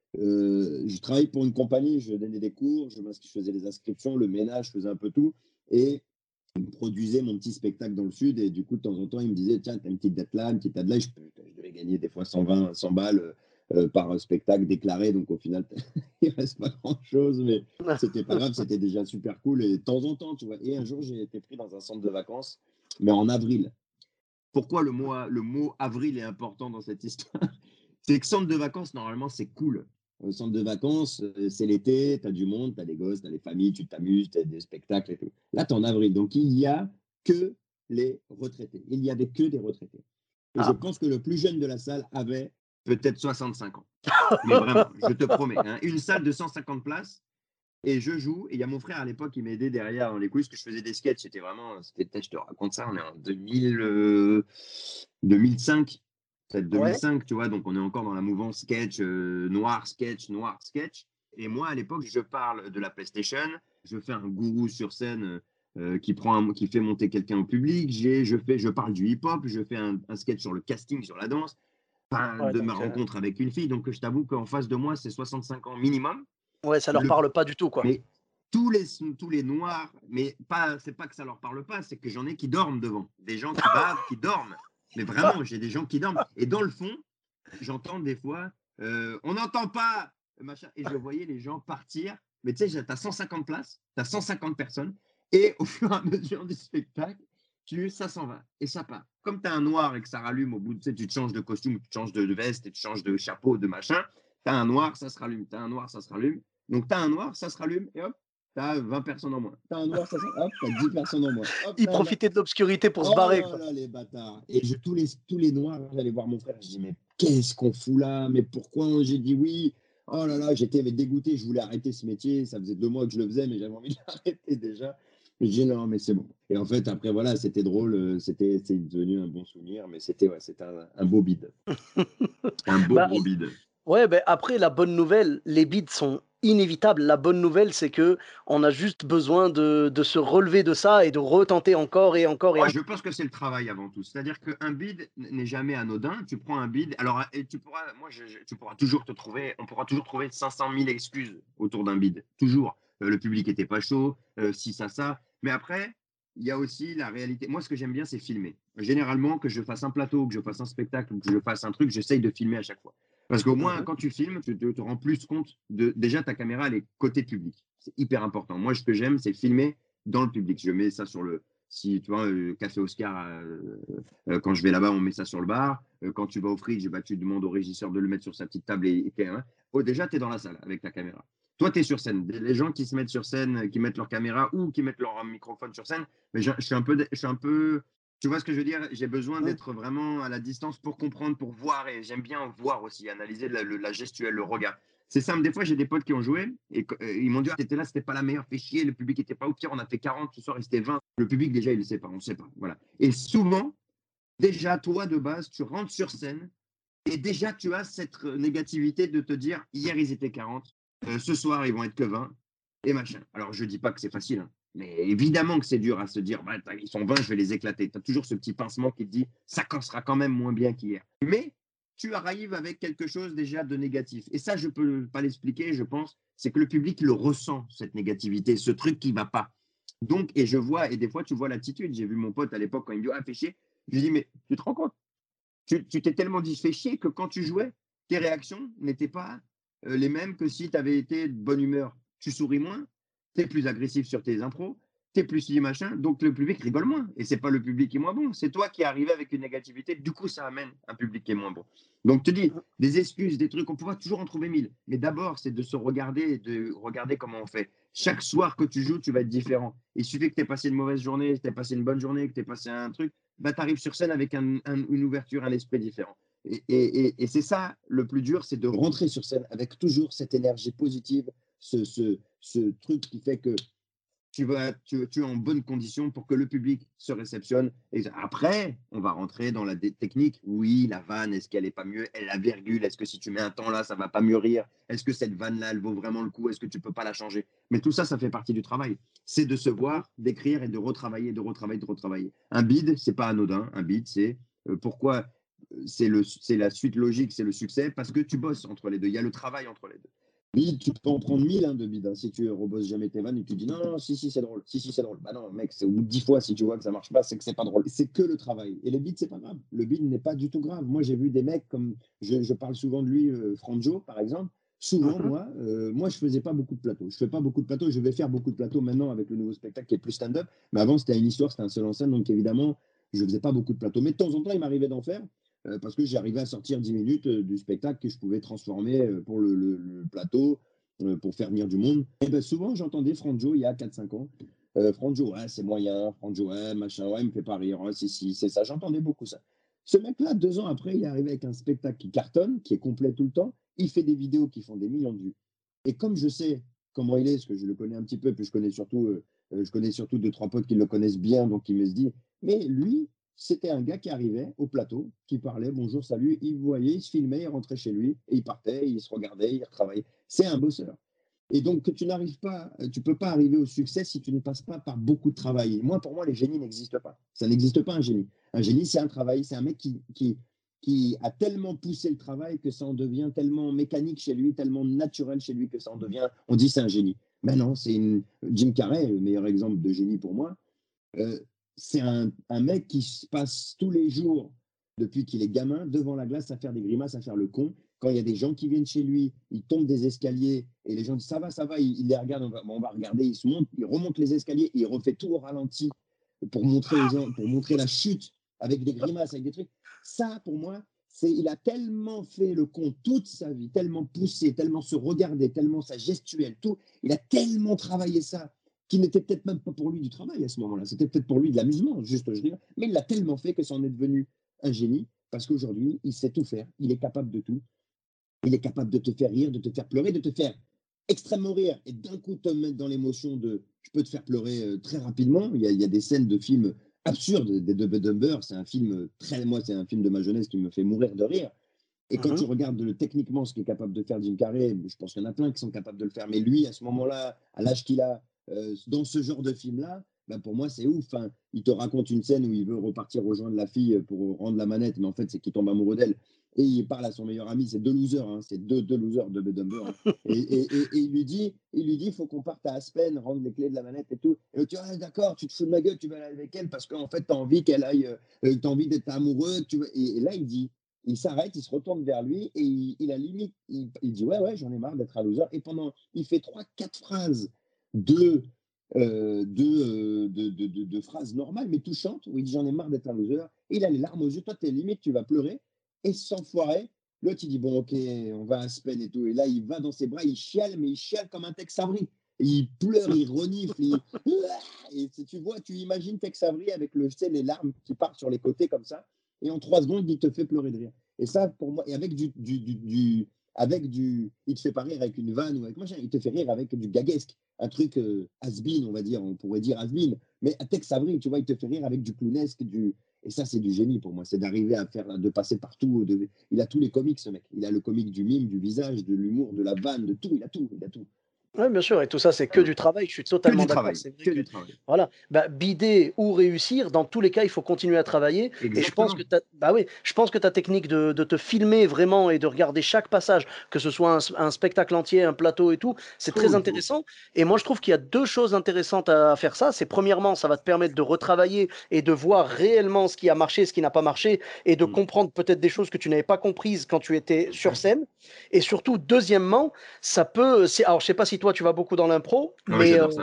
euh, je travaillais pour une compagnie. Je donnais des cours, je, je faisais les inscriptions, le ménage, je faisais un peu tout. Et il me produisait mon petit spectacle dans le Sud. Et du coup, de temps en temps, il me disait, tiens, t'as une petite date là, une petite date là. Et je, je devais gagner des fois cent vingt, cent balles. Euh, par un spectacle déclaré, donc au final il reste pas grand chose, mais c'était pas grave, c'était déjà super cool. Et de temps en temps, tu vois, et un jour j'ai été pris dans un centre de vacances, mais en avril. Pourquoi le mot, le mot avril est important dans cette histoire? C'est que centre de vacances, normalement c'est cool. Le centre de vacances, c'est l'été, tu as du monde, tu as des gosses, tu as des familles, tu t'amuses, tu as des spectacles et tout. Là, tu es en avril, donc il n'y a que les retraités. Il n'y avait que des retraités. Et ah. je pense que le plus jeune de la salle avait peut-être soixante-cinq ans. Mais vraiment, je te promets. Hein, une salle de cent cinquante places et je joue. Et il y a mon frère à l'époque qui m'aidait derrière dans les coulisses, que je faisais des sketchs. C'était vraiment, c'était, je te raconte ça, on est en deux mille, euh, deux mille cinq. Peut-être deux mille cinq, ouais. Tu vois. Donc on est encore dans la mouvance sketch, euh, noir sketch, noir sketch. Et moi, à l'époque, je parle de la PlayStation. Je fais un gourou sur scène euh, qui, prend un, qui fait monter quelqu'un au public. J'ai, je, fais, je parle du hip-hop. Je fais un, un sketch sur le casting, sur la danse. Enfin, ouais, de ma rencontre euh... avec une fille, donc je t'avoue qu'en face de moi, c'est soixante-cinq ans minimum. Ouais, ça leur le... parle pas du tout, quoi. Mais tous les, tous les noirs, mais pas, c'est pas que ça leur parle pas, c'est que j'en ai qui dorment devant. Des gens qui bavent, qui dorment. Mais vraiment, j'ai des gens qui dorment. Et dans le fond, j'entends des fois, euh, on n'entend pas, machin. Et je voyais les gens partir. Mais tu sais, t'as cent cinquante places, t'as cent cinquante personnes. Et au fur et à mesure du spectacle, tu, ça s'en va et ça part. Comme tu as un noir et que ça rallume au bout, tu sais, tu te changes de costume, tu te changes de veste et tu changes de chapeau, de machin, tu as un noir, ça se rallume, tu as un noir, ça se rallume. Donc tu as un noir, ça se rallume et hop, tu as vingt personnes en moins. Tu as un noir, ça se rallume, hop, tu as dix personnes en moins. Hop, Ils profitaient de l'obscurité pour oh se barrer. Oh quoi. là, les bâtards. Et je, tous, les, tous les noirs, j'allais voir mon frère, je dis, mais qu'est-ce qu'on fout là? Mais pourquoi? J'ai dit oui. Oh là là, j'étais dégoûté, je voulais arrêter ce métier. Ça faisait deux mois que je le faisais, mais j'avais envie de l'arrêter déjà. Je dis non, mais c'est bon. Et en fait, après, voilà, c'était drôle. C'était, c'est devenu un bon souvenir, mais c'était, ouais, c'était un, un beau bide. Un beau, bah, beau bide. Ouais, ben après, la bonne nouvelle, les bides sont inévitables. La bonne nouvelle, c'est que on a juste besoin de, de se relever de ça et de retenter encore et encore et Moi, encore. je pense que c'est le travail avant tout. C'est-à-dire qu'un bid n'est jamais anodin. Tu prends un bid, alors et tu pourras, moi, je, je, tu pourras toujours te trouver, on pourra toujours trouver cinq cent mille excuses autour d'un bid. Toujours. Euh, le public était pas chaud, euh, si, ça, ça. Mais après, il y a aussi la réalité. Moi, ce que j'aime bien, c'est filmer. Généralement, que je fasse un plateau, que je fasse un spectacle, ou que je fasse un truc, j'essaye de filmer à chaque fois. Parce qu'au moins, quand tu filmes, tu te, te rends plus compte de. Déjà, ta caméra, elle est côté public. C'est hyper important. Moi, ce que j'aime, c'est filmer dans le public. Je mets ça sur le. Si tu vois, euh, Café Oscar, euh, euh, quand je vais là-bas, on met ça sur le bar. Euh, quand tu vas au fridge, bah, tu demandes au régisseur de le mettre sur sa petite table. Et, et, hein. Oh, déjà, tu es dans la salle avec ta caméra. Toi, tu es sur scène. Les gens qui se mettent sur scène, qui mettent leur caméra ou qui mettent leur microphone sur scène, mais je, je suis un peu. Je suis un peu Tu vois ce que je veux dire? J'ai besoin d'être vraiment à la distance pour comprendre, pour voir. Et j'aime bien voir aussi, analyser la, la gestuelle, le regard. C'est simple. Des fois, j'ai des potes qui ont joué et euh, ils m'ont dit ah, t'étais là, c'était pas la meilleure, fais chier. Le public était pas au pire. On a fait quarante ce soir, il était vingt. Le public, déjà, il le sait pas. On ne sait pas. Voilà. Et souvent, déjà, toi, de base, tu rentres sur scène et déjà, tu as cette négativité de te dire hier, ils étaient quarante. Euh, ce soir, ils vont être que vingt et machin. Alors, je dis pas que c'est facile, hein. Mais évidemment que c'est dur à se dire, bah, ils sont vingt, je vais les éclater. Tu as toujours ce petit pincement qui te dit, ça sera quand même moins bien qu'hier. Mais tu arrives avec quelque chose déjà de négatif. Et ça, je ne peux pas l'expliquer, je pense, c'est que le public le ressent, cette négativité, ce truc qui ne va pas. Donc, et je vois, et des fois, tu vois l'attitude. J'ai vu mon pote à l'époque, quand il me dit, ah, fais chier. Je lui dis, mais tu te rends compte? Tu, tu t'es tellement dit, fais chier, que quand tu jouais, tes réactions n'étaient pas euh, les mêmes que si tu avais été de bonne humeur. Tu souris moins. Tu es plus agressif sur tes impros, t'es plus si machin, donc le public rigole moins. Et c'est pas le public qui est moins bon, c'est toi qui es arrivé avec une négativité. Du coup, ça amène un public qui est moins bon. Donc, je te dis, des excuses, des trucs, on pourra toujours en trouver mille. Mais d'abord, c'est de se regarder et de regarder comment on fait. Chaque soir que tu joues, tu vas être différent. Il suffit que tu aies passé une mauvaise journée, que tu aies passé une bonne journée, que tu aies passé un truc, bah, tu arrives sur scène avec un, un, une ouverture, un esprit différent. Et, et, et, et c'est ça, le plus dur, c'est de rentrer sur scène avec toujours cette énergie positive, ce, ce, ce truc qui fait que tu, vas, tu, tu es en bonne condition pour que le public se réceptionne. Et après, on va rentrer dans la technique. Oui, la vanne, est-ce qu'elle n'est pas mieux? Elle la virgule, est-ce que si tu mets un temps là, ça ne va pas mieux rire? Est-ce que cette vanne-là, elle vaut vraiment le coup? Est-ce que tu ne peux pas la changer? Mais tout ça, ça fait partie du travail. C'est de se voir, d'écrire et de retravailler, de retravailler, de retravailler. Un bid, ce n'est pas anodin. Un bid, c'est euh, pourquoi c'est, le, c'est la suite logique, c'est le succès, parce que tu bosses entre les deux. Il y a le travail entre les deux. Bide, tu peux en prendre mille hein, de bide. Hein. Si tu rebosses jamais tes vannes et tu dis non, non, si, si, c'est drôle. Si, si, c'est drôle. Bah non, mec, c'est au bout de dix fois, si tu vois que ça marche pas, c'est que c'est pas drôle. C'est que le travail. Et le bide, c'est pas grave. Le bide n'est pas du tout grave. Moi, j'ai vu des mecs comme, je, je parle souvent de lui, euh, Franjo, par exemple. Souvent, mm-hmm. moi, euh, moi, je faisais pas beaucoup de plateaux. Je fais pas beaucoup de plateaux. Je vais faire beaucoup de plateaux maintenant avec le nouveau spectacle qui est plus stand-up. Mais avant, c'était une histoire, c'était un seul en scène. Donc, évidemment, je faisais pas beaucoup de plateaux. Mais de temps en temps, il m'arrivait d'en faire. Euh, parce que j'arrivais à sortir dix minutes euh, du spectacle que je pouvais transformer euh, pour le, le, le plateau. Euh, pour faire venir du monde. Et ben souvent, j'entendais Franjo il y a quatre cinq ans. Euh, Franjo, ouais, c'est moyen. Franjo, ouais, machin, ouais, il me fait pas rire. Ouais, si, si, c'est ça. J'entendais beaucoup ça. Ce mec-là, deux ans après, il est arrivé avec un spectacle qui cartonne, qui est complet tout le temps. Il fait des vidéos qui font des millions de vues. Et comme je sais comment il est, parce que je le connais un petit peu, puis je connais surtout, euh, je connais surtout deux, trois potes qui le connaissent bien, donc il me se dit, mais lui, c'était un gars qui arrivait au plateau, qui parlait, bonjour, salut, il voyait, il se filmait, il rentrait chez lui, et il partait, il se regardait, il retravaillait. C'est un bosseur. Et donc, que tu n'arrives pas, tu ne peux pas arriver au succès si tu ne passes pas par beaucoup de travail. Moi, pour moi, les génies n'existent pas. Ça n'existe pas un génie. Un génie, c'est un travail, c'est un mec qui, qui, qui a tellement poussé le travail que ça en devient tellement mécanique chez lui, tellement naturel chez lui que ça en devient, on dit c'est un génie. Mais non, c'est une... Jim Carrey, le meilleur exemple de génie pour moi, euh, c'est un, un mec qui se passe tous les jours, depuis qu'il est gamin, devant la glace à faire des grimaces, à faire le con. Quand il y a des gens qui viennent chez lui, il tombe des escaliers et les gens disent ça va, ça va, il, il les regarde, on va, on va regarder, il se monte, il remonte les escaliers, il refait tout au ralenti pour montrer aux gens, pour montrer la chute avec des grimaces, avec des trucs. Ça, pour moi, c'est, il a tellement fait le con toute sa vie, tellement poussé, tellement se regarder, tellement sa gestuelle, tout. Il a tellement travaillé ça qui n'était peut-être même pas pour lui du travail à ce moment-là. C'était peut-être pour lui de l'amusement, juste, je dirais. Mais il l'a tellement fait que ça en est devenu un génie parce qu'aujourd'hui, il sait tout faire, il est capable de tout. Il est capable de te faire rire, de te faire pleurer, de te faire extrêmement rire et d'un coup te mettre dans l'émotion de « je peux te faire pleurer euh, très rapidement ». Il y a, il y a des scènes de films absurdes des Dumb and Dumber. C'est un film très, moi, c'est un film de ma jeunesse qui me fait mourir de rire. Et quand mm-hmm. tu regardes le, techniquement ce qu'est capable de faire Jim Carrey, je pense qu'il y en a plein qui sont capables de le faire. Mais lui, à ce moment-là, à l'âge qu'il a, euh, dans ce genre de film-là, ben pour moi, c'est ouf. Hein. Il te raconte une scène où il veut repartir rejoindre la fille pour rendre la manette, mais en fait, c'est qu'il tombe amoureux d'elle. Et il parle à son meilleur ami, c'est deux losers, hein, c'est deux, deux losers de Dumber. Hein. Et, et, et, et il lui dit, il lui dit, faut qu'on parte à Aspen, rendre les clés de la manette et tout. Et tu dis, ah, d'accord, tu te fous de ma gueule, tu vas aller avec elle parce qu'en fait, t'as envie qu'elle aille, euh, t'as envie d'être amoureux. Tu veux... et, et là, il dit, il s'arrête, il se retourne vers lui et il, il a limite, il, il dit, ouais, ouais, j'en ai marre d'être un loser. Et pendant, il fait trois, quatre phrases de Euh, de, euh, de, de, de, de phrases normales mais touchantes où il dit j'en ai marre d'être un loser et il a les larmes aux yeux, toi t'es limite tu vas pleurer et sans foirer l'autre il dit bon ok on va à Aspen et tout et là il va dans ses bras, il chiale mais il chiale comme un Tex Avery, il pleure, il renifle il... et si tu vois, tu imagines Tex Avery avec le, tu sais, les larmes qui partent sur les côtés comme ça et en trois secondes il te fait pleurer de rire et ça pour moi, et avec du, du, du, du avec du, il te fait pas rire avec une vanne ou avec machin, il te fait rire avec du gaguesque, un truc euh, has-been, on va dire, on pourrait dire has-been, mais à Tex Avery, tu vois, il te fait rire avec du clownesque, du, et ça c'est du génie pour moi, c'est d'arriver à faire, de passer partout, de... il a tous les comiques ce mec, il a le comique du mime, du visage, de l'humour, de la vanne, de tout, il a tout, il a tout. Oui, bien sûr, et tout ça, c'est que du travail, je suis totalement Que du d'accord. travail, C'est vrai que que, du travail. voilà, bah, bider ou réussir, dans tous les cas, il faut continuer à travailler. Et je pense Exactement. que ta, bah oui, je pense que ta technique de, de te filmer vraiment et de regarder chaque passage, que ce soit un, un spectacle entier, un plateau et tout, c'est Cool, très cool. intéressant. Et moi, je trouve qu'il y a deux choses intéressantes à faire ça. C'est premièrement, ça va te permettre de retravailler et de voir réellement ce qui a marché, ce qui n'a pas marché, et de Mm. comprendre peut-être des choses que tu n'avais pas comprises quand tu étais sur scène. Et surtout, deuxièmement, ça peut. c'est- Alors, je sais pas si toi tu vas beaucoup dans l'impro, Ah ouais, mais j'adore euh, ça.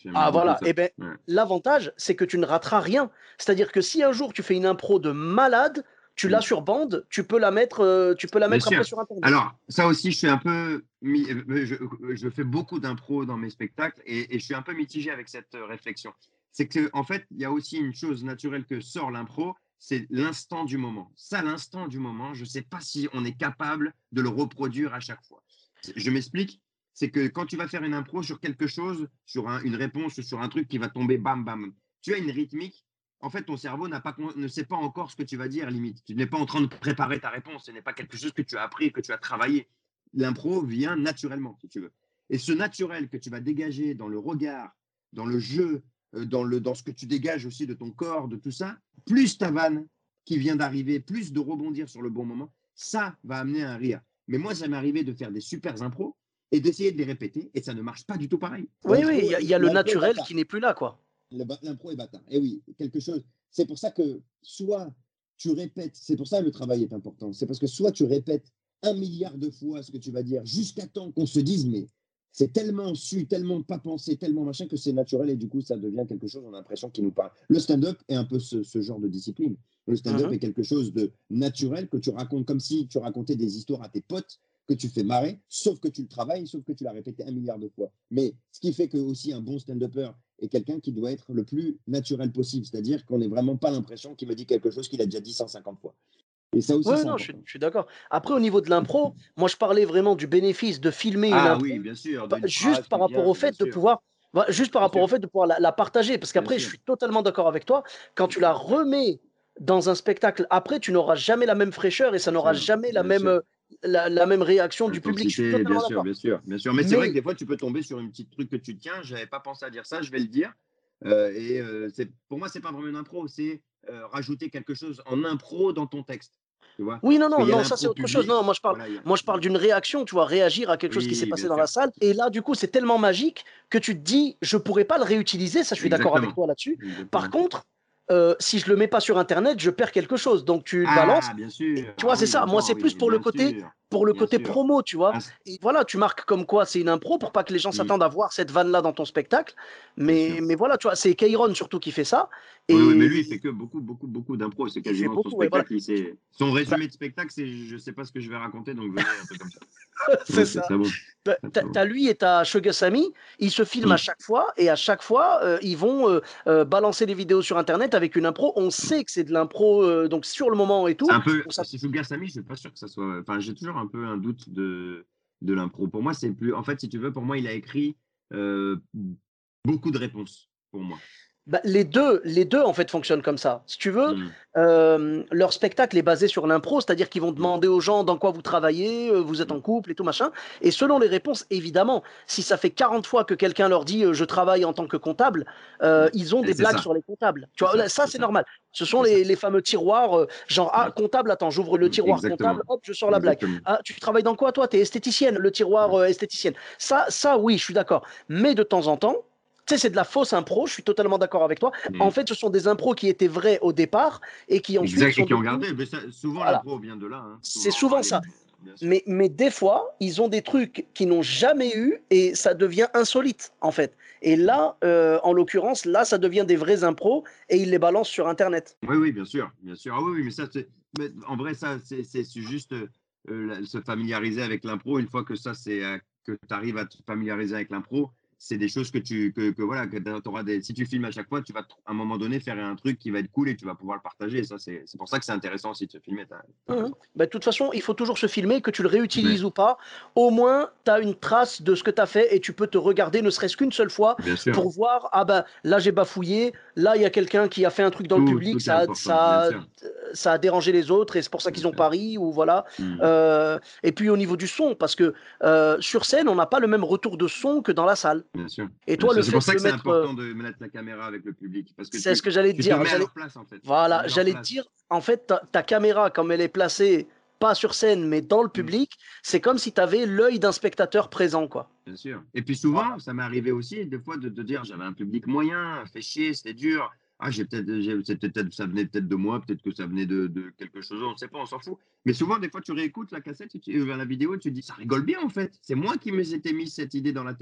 J'aime Ah beaucoup voilà, ça. et ben Ouais. l'avantage, c'est que tu ne rateras rien. C'est-à-dire que si un jour tu fais une impro de malade, tu l'as Mm. sur bande, tu peux la mettre, euh, tu peux la Bien mettre après sûr. sur Internet. Alors, ça aussi, je suis un peu. mi- euh, Je, je fais beaucoup d'impro dans mes spectacles et, et je suis un peu mitigé avec cette euh, réflexion. C'est que, en fait, il y a aussi une chose naturelle que sort l'impro, c'est l'instant du moment. Ça, l'instant du moment, je ne sais pas si on est capable de le reproduire à chaque fois. Je m'explique. C'est que quand tu vas faire une impro sur quelque chose, sur un- une réponse, sur un truc qui va tomber bam, bam, tu as une rythmique. En fait, ton cerveau n'a pas, ne sait pas encore ce que tu vas dire, limite. Tu n'es pas en train de préparer ta réponse. Ce n'est pas quelque chose que tu as appris, que tu as travaillé. L'impro vient naturellement, si tu veux. Et ce naturel que tu vas dégager dans le regard, dans le jeu, euh, dans, le, dans ce que tu dégages aussi de ton corps, de tout ça, plus ta vanne qui vient d'arriver, plus de rebondir sur le bon moment, ça va amener un rire. Mais moi, ça m'est arrivé de faire des super impros et d'essayer de les répéter, et ça ne marche pas du tout pareil. Oui, oui, il y, L'impro a- il y a le l'impro est naturel bâtard. qui n'est plus là, quoi. Le ba- L'impro est bâtard. Et oui, quelque chose. C'est pour ça que soit tu répètes, c'est pour ça que le travail est important. C'est parce que soit tu répètes un milliard de fois ce que tu vas dire jusqu'à temps qu'on se dise, mais c'est tellement su, tellement pas pensé, tellement machin que c'est naturel et du coup ça devient quelque chose, on a l'impression qui nous parle. Le stand-up est un peu ce, ce genre de discipline. Le stand-up Mhm. est quelque chose de naturel que tu racontes comme si tu racontais des histoires à tes potes que tu fais marrer, sauf que tu le travailles, sauf que tu l'as répété un milliard de fois. Mais ce qui fait que aussi un bon stand-upper est quelqu'un qui doit être le plus naturel possible, c'est-à-dire qu'on n'ait vraiment pas l'impression qu'il me dit quelque chose qu'il a déjà dit cent cinquante fois. Et ça aussi, Oui, c'est non, je suis, important. je suis d'accord. Après, au niveau de l'impro, moi, je parlais vraiment du bénéfice de filmer une Ah impro, oui, bien sûr, pa- d'une juste phrase par qui rapport vient, au bien fait de sûr, pouvoir, bah, juste par bien rapport au sûr, fait de pouvoir la, la partager. Parce bien qu'après, je sûr. suis totalement d'accord avec toi. Quand tu la remets dans un spectacle, après, tu n'auras jamais la même fraîcheur et ça Bien n'aura sûr, jamais la bien même, sûr. euh, la, la même réaction du public. Je suis Intensité, bien totalement sûr, d'accord. bien sûr, bien sûr. Mais c'est vrai que Mais des fois, tu peux tomber sur une petite truc que tu tiens. Je n'avais pas pensé à dire ça, je vais le dire. Euh, et euh, c'est, pour moi, c'est pas vraiment une impro, c'est euh, rajouter quelque chose en impro dans ton texte. Tu vois? oui, non, Parce qu'il non, y a non, ça c'est l'impro autre chose. Non, public. moi je parle, Voilà, il y a- moi je parle d'une réaction, tu vois, réagir à quelque chose qui s'est Oui, passé bien dans la sûr. salle. Et là, du coup, c'est tellement magique que tu te dis, je pourrais pas le réutiliser. Ça, je suis d'accord avec Exactement. toi là-dessus. Par Exactement. contre, euh, si je le mets pas sur Internet, je perds quelque chose. Donc tu le balances. Ah, bien Et sûr. tu vois, Ah c'est oui, ça. Moi, maintenant, c'est plus oui, pour le bien côté, sûr. pour le Bien côté sûr. promo, tu vois. Ah, c- Et voilà, tu marques comme quoi c'est une impro pour pas que les gens hmm, s'attendent à voir cette vanne-là dans ton spectacle. bien Mais, sûr. mais voilà, tu vois, c'est Kairon surtout qui fait ça. Oui, oui, mais lui, il fait Et que beaucoup, beaucoup, beaucoup d'impro. C'est il fait quasiment son beaucoup. Ouais, voilà. spectacle. Il sait... Son Bah, résumé de spectacle, c'est je sais pas ce que je vais raconter, donc venez, un truc comme ça. c'est Ouais, c'est ça. très bon. Bah, Très, T'as très bon. t'as lui et t'as Shugasami, ils se filment à Hmm. chaque fois et à chaque fois euh, ils vont euh, euh, balancer des vidéos sur internet avec une impro. On sait que c'est de l'impro euh, donc sur le moment et C'est tout. un peu. On s'att- Si Sugar Sammy, je suis pas sûr que ça soit. Enfin, j'ai toujours un peu un doute de, de l'impro. Pour moi, c'est plus. En fait, si tu veux, pour moi, il a écrit euh, beaucoup de réponses. Pour moi. Bah, les deux, les deux en fait fonctionnent comme ça. Si tu veux, Hmm. euh, leur spectacle est basé sur l'impro, c'est-à-dire qu'ils vont Hmm. demander aux gens dans quoi vous travaillez, euh, vous êtes en Hmm. couple et tout machin. Et selon les réponses, évidemment, si ça fait quarante fois que quelqu'un leur dit euh, je travaille en tant que comptable, euh, Hmm. ils ont Et des c'est blagues ça. sur les comptables. Tu C'est vois, ça. là, ça C'est c'est ça. normal. Ce sont C'est ça. les, les fameux tiroirs, euh, genre ah Hmm. comptable, attends, j'ouvre le Hmm. tiroir Exactement. comptable, hop, je sors la blague. Exactement. Ah, tu travailles dans quoi toi? T'es esthéticienne, le tiroir Hmm. euh, esthéticienne. Ça, ça oui, je suis d'accord. Mais de temps en temps, tu sais, c'est de la fausse impro, je suis totalement d'accord avec toi. En Hmm. fait, ce sont des impros qui étaient vrais au départ et qui ensuite Exact. Et sont qui ont devenus. gardé. Mais ça, souvent, Voilà, l'impro vient de là. Hein. c'est Souvent, souvent les... ça. bien sûr. Mais, mais des fois, ils ont des trucs qu'ils n'ont jamais eu et ça devient insolite, en fait. Et là, euh, en l'occurrence, là, ça devient des vrais impros et ils les balancent sur Internet. Oui, oui, bien sûr, bien sûr. Ah oui, oui, mais ça, c'est, mais en vrai, ça, c'est, c'est juste euh, la- se familiariser avec l'impro. Une fois que ça, c'est euh, que tu arrives à te familiariser avec l'impro, c'est des choses que tu, que, que voilà, que t'auras des. Si tu filmes à chaque fois, tu vas à un moment donné faire un truc qui va être cool et tu vas pouvoir le partager. Et ça, c'est, c'est pour ça que c'est intéressant aussi de se filmer. T'as, t'as Mhm. raison. Bah, de toute façon, il faut toujours se filmer, que tu le Ouais, réutilises ou pas. Au moins, tu as une trace de ce que tu as fait et tu peux te regarder ne serait-ce qu'une seule fois bien sûr. pour voir, ah ben là j'ai bafouillé, là il y a quelqu'un qui a fait un truc dans le Tout, public, tout est ça, a- important, bien ça, a- sûr, ça a dérangé les autres et c'est pour ça bien qu'ils ont sûr. pari ou voilà. Hmm, Euh, et puis au niveau du son, parce que euh, sur scène, on n'a pas le même retour de son que dans la salle. bien sûr, Et bien toi, le sûr. C'est fait pour de ça le que c'est mettre, euh, important de mettre la caméra avec le public parce que c'est ce tu, que j'allais te tu te dire. mets à J'allais, leur place, en fait. Tu te voilà, mets à leur j'allais te place. dire, en fait, ta, ta caméra, comme elle est placée, pas sur scène, mais dans le Hmm. public, c'est comme si tu avais l'œil d'un spectateur présent, quoi. Bien sûr. Et puis Voilà. souvent, ça m'est arrivé aussi des fois de te dire j'avais un public moyen, fait chier, c'était dur. Ah, j'ai peut-être, j'ai- c'était peut-être, ça venait peut-être de moi, peut-être que ça venait de, de quelque chose, on ne sait pas, on s'en fout. Mais souvent, des fois, tu réécoutes la cassette, et tu, euh, la vidéo, et tu te dis ça rigole bien en fait. C'est moi qui me s'était mis cette idée dans la tête.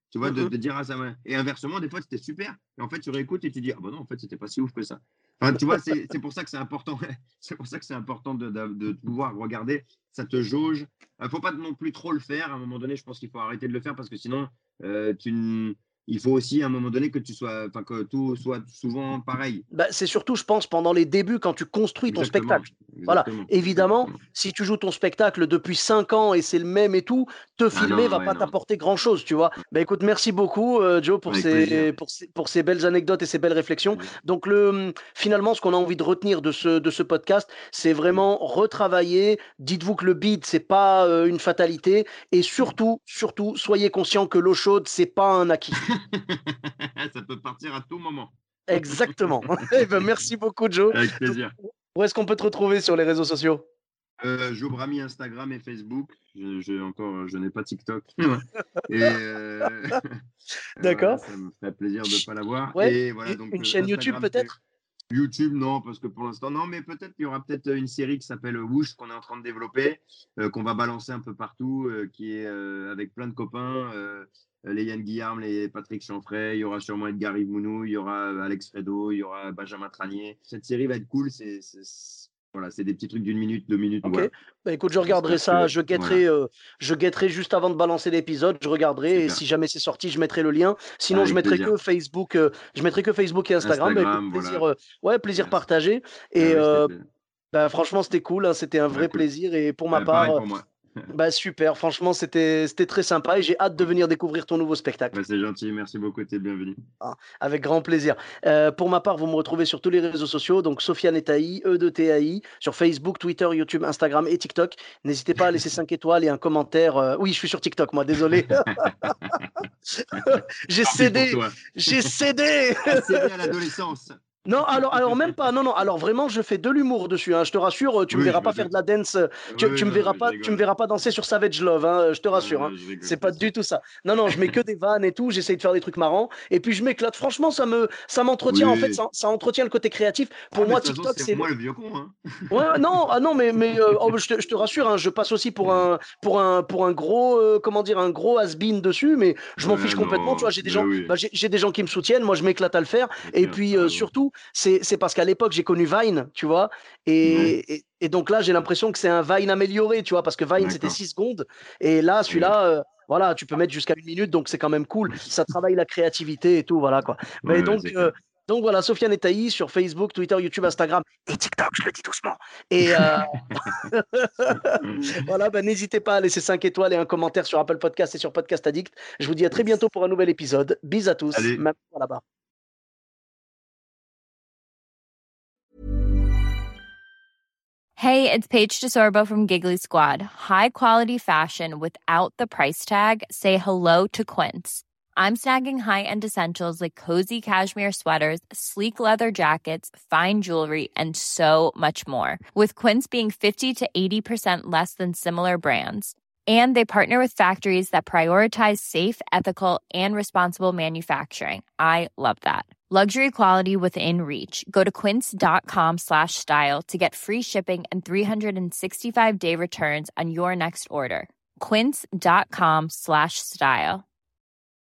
Tu vois, de, Mhm. de dire ah ça m'a. Et inversement, des fois, c'était super. Et en fait, tu réécoutes et tu dis ah bah non, en fait, c'était pas si ouf que ça. Enfin, tu vois, c'est c'est pour ça que c'est important. C'est pour ça que c'est important de, de, de pouvoir regarder. Ça te jauge. Il faut pas non plus trop le faire. À un moment donné, je pense qu'il faut arrêter de le faire parce que sinon, euh, tu n- il faut aussi à un moment donné que tu sois, enfin que tout soit souvent pareil. Bah, c'est surtout, je pense, pendant les débuts, quand tu construis ton Exactement. spectacle. Voilà, Exactement. évidemment, Exactement. si tu joues ton spectacle depuis cinq ans et c'est le même et tout, te Ah filmer non, va ouais, pas non. t'apporter grand-chose, tu vois. Bah écoute, merci beaucoup, euh, Joe, pour Avec plaisir. ces, pour ces, pour ces belles anecdotes et ces belles réflexions. Plaisir. Donc, le, finalement, ce qu'on a envie de retenir de ce, de ce podcast, c'est vraiment retravailler. Dites-vous que le bide, c'est pas euh, une fatalité. Et surtout, surtout, soyez conscient que l'eau chaude, c'est pas un acquis. Ça peut partir à tout moment. Exactement. Eh ben, merci beaucoup, Joe. Avec plaisir. Où est-ce qu'on peut te retrouver sur les réseaux sociaux? Euh, Joe Brami, Instagram et Facebook. Je, je- encore, je n'ai pas TikTok. Et euh, voilà, D'accord. ça me ferait plaisir de ne pas l'avoir. Ouais. Et voilà, Une donc une euh, chaîne YouTube Instagram, c'est peut-être? YouTube, non, parce que pour l'instant, non, mais peut-être qu'il y aura peut-être une série qui s'appelle Woosh qu'on est en train de développer, euh, qu'on va balancer un peu partout, euh, qui est euh, avec plein de copains, euh, les Yann Guillaume, les Patrick Chanfray, il y aura sûrement Edgar Yves-Mounou, il y aura euh, Alex Fredo, il y aura Benjamin Tranier. Cette série va être cool, c'est c'est- c'est- voilà, c'est des petits trucs d'une minute, deux minutes, OK. voilà. Bah, écoute, je regarderai J'espère ça, que, je voilà, guetterai, heu, je guetterai juste avant de balancer l'épisode, je regarderai et super, si jamais c'est sorti, je mettrai le lien. Sinon, je avec mettrai plaisir. que Facebook, heu, je mettrai que Facebook et Instagram. Bah, écoute, Instagram, plaisir, voilà, heu, ouais, plaisir merci. partagé Ah et oui, c'était heu, plaisir. bah, franchement, c'était cool, hein, c'était un Bah, vrai cool. plaisir et pour ma Bah, part, pareil heu, pour moi. bah, super, franchement, c'était c'était très sympa et j'ai hâte de Cool. venir découvrir ton nouveau spectacle. Bah, c'est gentil, merci beaucoup, t'es bienvenu. Ah, avec grand plaisir. Heu, pour ma part, vous me retrouvez sur tous les réseaux sociaux, donc Sofiane et Taï, E de T A I, sur Facebook, Twitter, YouTube, Instagram et TikTok. N'hésitez pas à laisser cinq étoiles et un commentaire, heu oui, je suis sur TikTok moi, désolé. J'ai Tant pis pour cédé, toi. j'ai cédé! T'as cédé à l'adolescence. Non, alors alors même pas, non, non, alors vraiment je fais de l'humour dessus, hein, je te rassure, heu, tu me Oui, verras je pas me faire de doute. la dance, heu, Oui, tu oui, tu me non, non, verras mais je pas tu me rigole. verras pas danser sur Savage Love, hein, heu, je te Non, rassure, hein. non, je rigole, C'est pas bien sûr. du tout ça. Non, non, je mets que des vannes et tout, j'essaye de faire des trucs marrants et puis je m'éclate. Franchement, ça me ça m'entretient en fait, Oui. ça ça entretient le côté créatif. Ah, Pour mais de moi, toute façon, TikTok, c'est c'est le moi le vieux con, hein. ouais, ouais, non, ah non, mais mais, heu, oh, je te je te rassure, hein, je passe aussi pour un pour un pour un gros, heu, comment dire? Un gros has-been dessus, mais je m'en fiche Ouais, complètement, tu vois? non, J'ai des mais gens oui, bah, j'ai j'ai des gens qui me soutiennent, moi je m'éclate à le faire bien et sûr, puis, t'as heu, raison. surtout, c'est c'est parce qu'à l'époque, j'ai connu Vine, tu vois? Ouais, Et et et donc là, j'ai l'impression que c'est un Vine amélioré, tu vois? Parce que Vine, c'était d'accord. six secondes et là, Ouais, celui-là, heu, voilà, tu peux mettre jusqu'à une minute, donc c'est quand même cool. Ça travaille la créativité et tout, voilà, quoi. Mais ouais, ouais, donc, c'est heu, clair. donc voilà, Sofiane et Taï sur Facebook, Twitter, YouTube, Instagram et TikTok, je le dis doucement et heu voilà, bah, n'hésitez pas à laisser cinq étoiles et un commentaire sur Apple Podcast et sur Podcast Addict. Je vous dis à très bientôt Yes. pour un nouvel épisode. Bis à tous, Allez, même là-bas. Hey, it's Paige DeSorbo from Giggly Squad. High quality fashion without the price tag. Say hello to Quince. I'm snagging high-end essentials like cozy cashmere sweaters, sleek leather jackets, fine jewelry, and so much more. With Quince being fifty to eighty percent less than similar brands. And they partner with factories that prioritize safe, ethical, and responsible manufacturing. I love that. Luxury quality within reach. Go to quince.com slash style to get free shipping and three sixty-five day returns on your next order. Quince.com slash style.